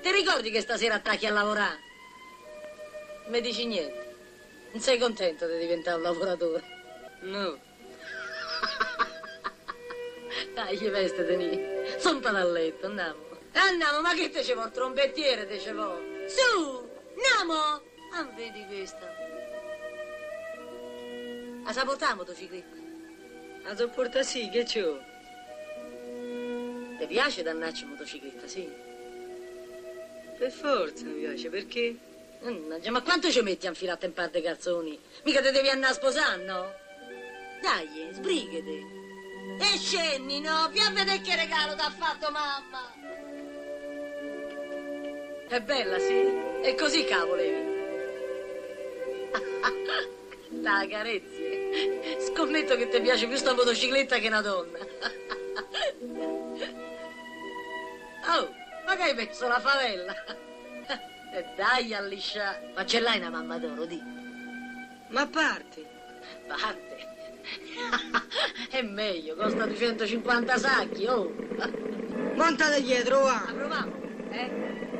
Ti ricordi che stasera attacchi a lavorare? Non mi dici niente. Non sei contento di diventare un lavoratore? No. Dai, vestiti lì. Sompa dal letto, andiamo. Andiamo, ma che te ci vuoi? Il trombettiere te ci vuoi? Su, andiamo. Ah, vedi questa. La sa portare la motocicletta? La so porta sì, che c'ho? Ti piace d'annarci in motocicletta, sì? Per forza mi piace, perché? Mannaggia, ma quanto ci metti a infilare in parte calzoni? Mica te devi andare a sposare, no? Dai, sbrigati. E scendi, no? Vieni a vedere che regalo t'ha fatto mamma. È bella, sì? E così cavolevi. La carezzi. Scommetto che ti piace più sta motocicletta che una donna. Oh, ma che hai messo la favella? E dai a lisciare. Ma ce l'hai una mamma d'oro, di? Ma parte. Parte. È meglio, costa 250 sacchi, oh. Montate dietro, va. La proviamo, eh?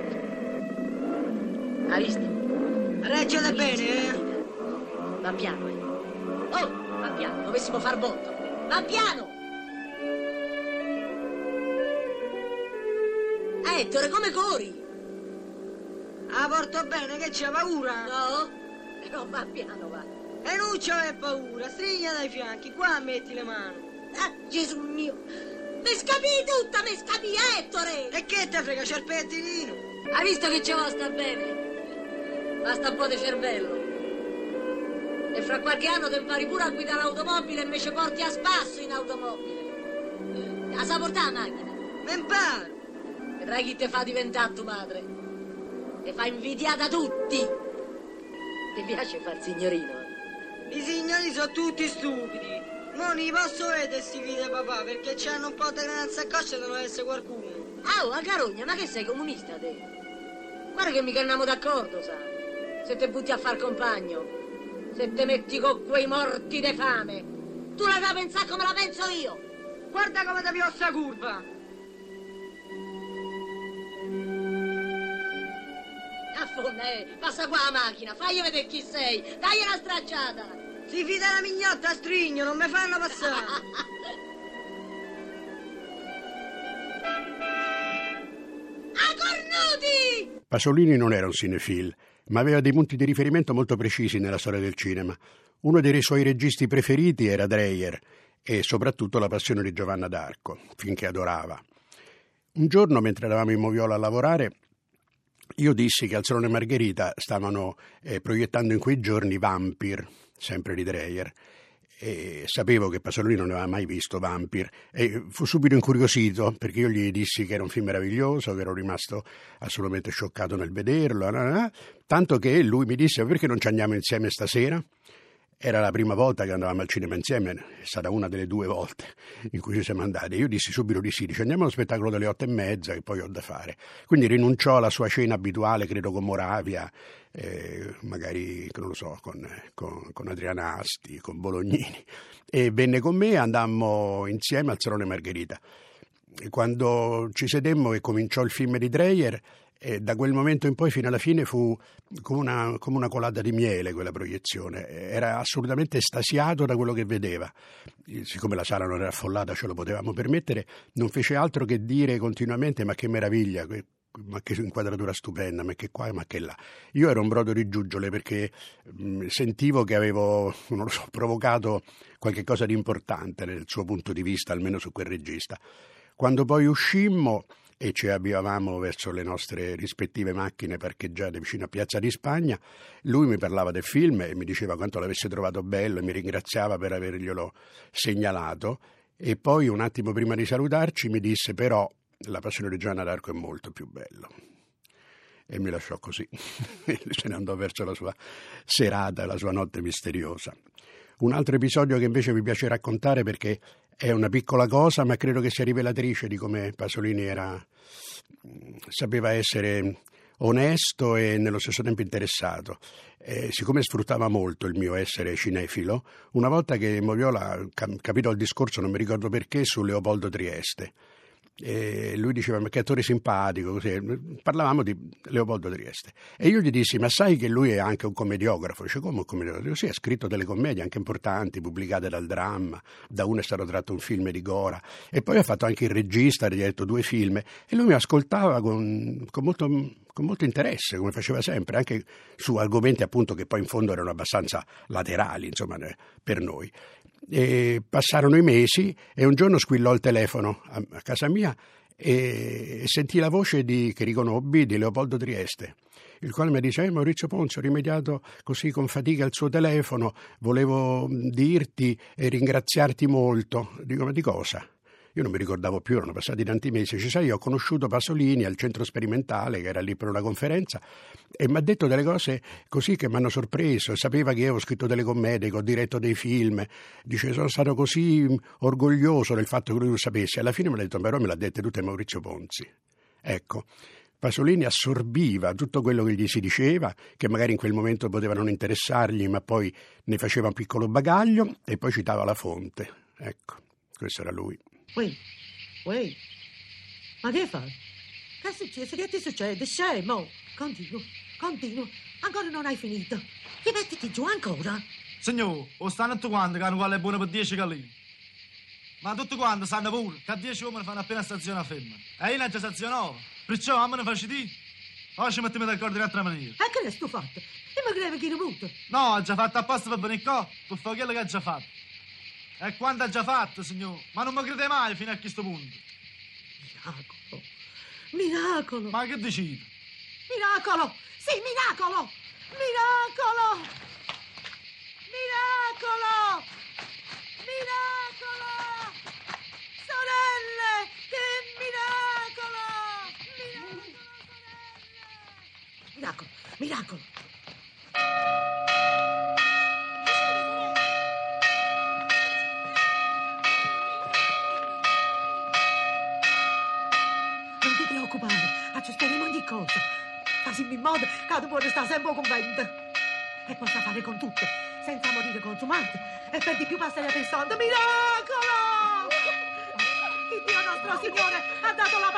Hai visto? Reggete bene, eh? Va piano, eh. Oh, va piano, dovessimo far botto. Va piano! Ettore, come corri? La porto bene, che c'è paura? No? No, va piano, va. E non c'è paura, strigna dai fianchi, qua metti le mani. Ah, Gesù mio! Mi scapi tutta, mi scapi, Ettore! E che te frega, c'è il pettinino? Hai visto che ci va, sta bene? Basta un po' di cervello. E fra qualche anno ti impari pure a guidare l'automobile e me ci porti a spasso in automobile. La sa portare la macchina? Me imparo. Vedrai chi te fa diventare tua madre. Te fa invidiata a tutti. Ti piace far signorino? I signori sono tutti stupidi. Non li posso vedere sti figli di papà perché c'hanno un po' di grana saccoccia e devono essere qualcuno. Ah, oh, carogna, ma che sei comunista te? Guarda che mica andiamo d'accordo, sa. Se te butti a far compagno, se te metti con quei morti de fame, tu la devi pensare come la penso io. Guarda come ti pio sta curva. Affonna, passa qua la macchina, fagli vedere chi sei, dai una stracciata. Si fida la mignotta a strigno, non mi fanno passare. A cornuti! Pasolini non era un cinefil, ma aveva dei punti di riferimento molto precisi nella storia del cinema. Uno dei suoi registi preferiti era Dreyer e soprattutto La Passione di Giovanna d'Arco, finché adorava. Un giorno, mentre eravamo in Moviola a lavorare, io dissi che al Salone Margherita stavano proiettando in quei giorni Vampir, sempre di Dreyer, e sapevo che Pasolini non aveva mai visto Vampir e fu subito incuriosito perché io gli dissi che era un film meraviglioso, che ero rimasto assolutamente scioccato nel vederlo, tanto che lui mi disse: perché non ci andiamo insieme stasera? Era la prima volta che andavamo al cinema insieme, è stata una delle 2 volte in cui ci siamo andati. Io dissi subito di sì, dice andiamo allo spettacolo delle 8:30 che poi ho da fare. Quindi rinunciò alla sua cena abituale, credo con Moravia, magari, non lo so, con Adriana Asti, con Bolognini, e venne con me e andammo insieme al Salone Margherita. E quando ci sedemmo e cominciò il film di Dreyer, e da quel momento in poi fino alla fine fu come una colata di miele quella proiezione. Era assolutamente estasiato da quello che vedeva. Siccome la sala non era affollata, ce lo potevamo permettere, non fece altro che dire continuamente: ma che meraviglia, ma che inquadratura stupenda, ma che qua e ma che là. Io ero un brodo di giuggiole perché sentivo che avevo, non lo so, provocato qualche cosa di importante nel suo punto di vista, almeno su quel regista. Quando poi uscimmo e ci avviavamo verso le nostre rispettive macchine parcheggiate vicino a Piazza di Spagna, lui mi parlava del film e mi diceva quanto l'avesse trovato bello e mi ringraziava per averglielo segnalato, e poi un attimo prima di salutarci mi disse: però La Passione di Giovanna d'Arco è molto più bello. E mi lasciò così. Se ne andò verso la sua serata, la sua notte misteriosa. Un altro episodio che invece mi piace raccontare, perché è una piccola cosa, ma credo che sia rivelatrice di come Pasolini sapeva essere onesto e nello stesso tempo interessato. Siccome sfruttava molto il mio essere cinefilo, una volta che Moviola capitò il discorso, non mi ricordo perché, su Leopoldo Trieste. E lui diceva: ma che attore simpatico, così. Parlavamo di Leopoldo Trieste e io gli dissi: ma sai che lui è anche un commediografo? Dice: come un commediografo? Dico: sì, ha scritto delle commedie anche importanti pubblicate dal Dramma, da una è stato tratto un film di Gora e poi ha fatto anche il regista, ha diretto 2 film e lui mi ascoltava con molto interesse, come faceva sempre, anche su argomenti appunto che poi in fondo erano abbastanza laterali, insomma, per noi. E passarono i mesi e un giorno squillò il telefono a casa mia e sentì la voce che riconobbi di Leopoldo Trieste, il quale mi dice: Maurizio Ponzi, ho rimediato così con fatica il suo telefono, volevo dirti e ringraziarti molto. Dico: ma di cosa? Io non mi ricordavo più, erano passati tanti mesi. Dice: sai, ho conosciuto Pasolini al centro sperimentale, che era lì per una conferenza, e mi ha detto delle cose così che mi hanno sorpreso. Sapeva che io avevo scritto delle commedie, che ho diretto dei film. Dice: sono stato così orgoglioso del fatto che lui lo sapesse. Alla fine mi ha detto: però me l'ha dette tutte Maurizio Ponzi. Ecco, Pasolini assorbiva tutto quello che gli si diceva, che magari in quel momento poteva non interessargli, ma poi ne faceva un piccolo bagaglio e poi citava la fonte. Ecco, questo era lui. Wait, ma che fai? Che è successo? Che ti succede? Scemo! Continua, ancora non hai finito. Rimettiti giù ancora. Signor, o stanno tutti quanti che hanno quale è buono per 10 gallini. Ma tutti quanti sanno pure che a 10 uomini fanno appena stazione a femmina. E io non c'è stazione nuova. Perciò a me ne facci di. Ora ci mettiamo d'accordo in un'altra maniera. E che l'hai tu fatto? E mi credi che ne butto? No, ha già fatto apposta per venire qua, per fare quello che ha già fatto. E quando ha già fatto, signor? Ma non mi crede mai fino a questo punto. Miracolo! Ma che decidi? Miracolo! Sì, miracolo! Miracolo! Miracolo! Miracolo! Sorelle! Che miracolo! Miracolo, sorelle! Miracolo! Non ti preoccupare, aggiusteremo ogni cosa. Facciamo in modo che tu puoi restare sempre convento. E possa fare con tutto, senza morire consumato. E per di più passare pensando: miracolo! Il Dio nostro Signore ha dato la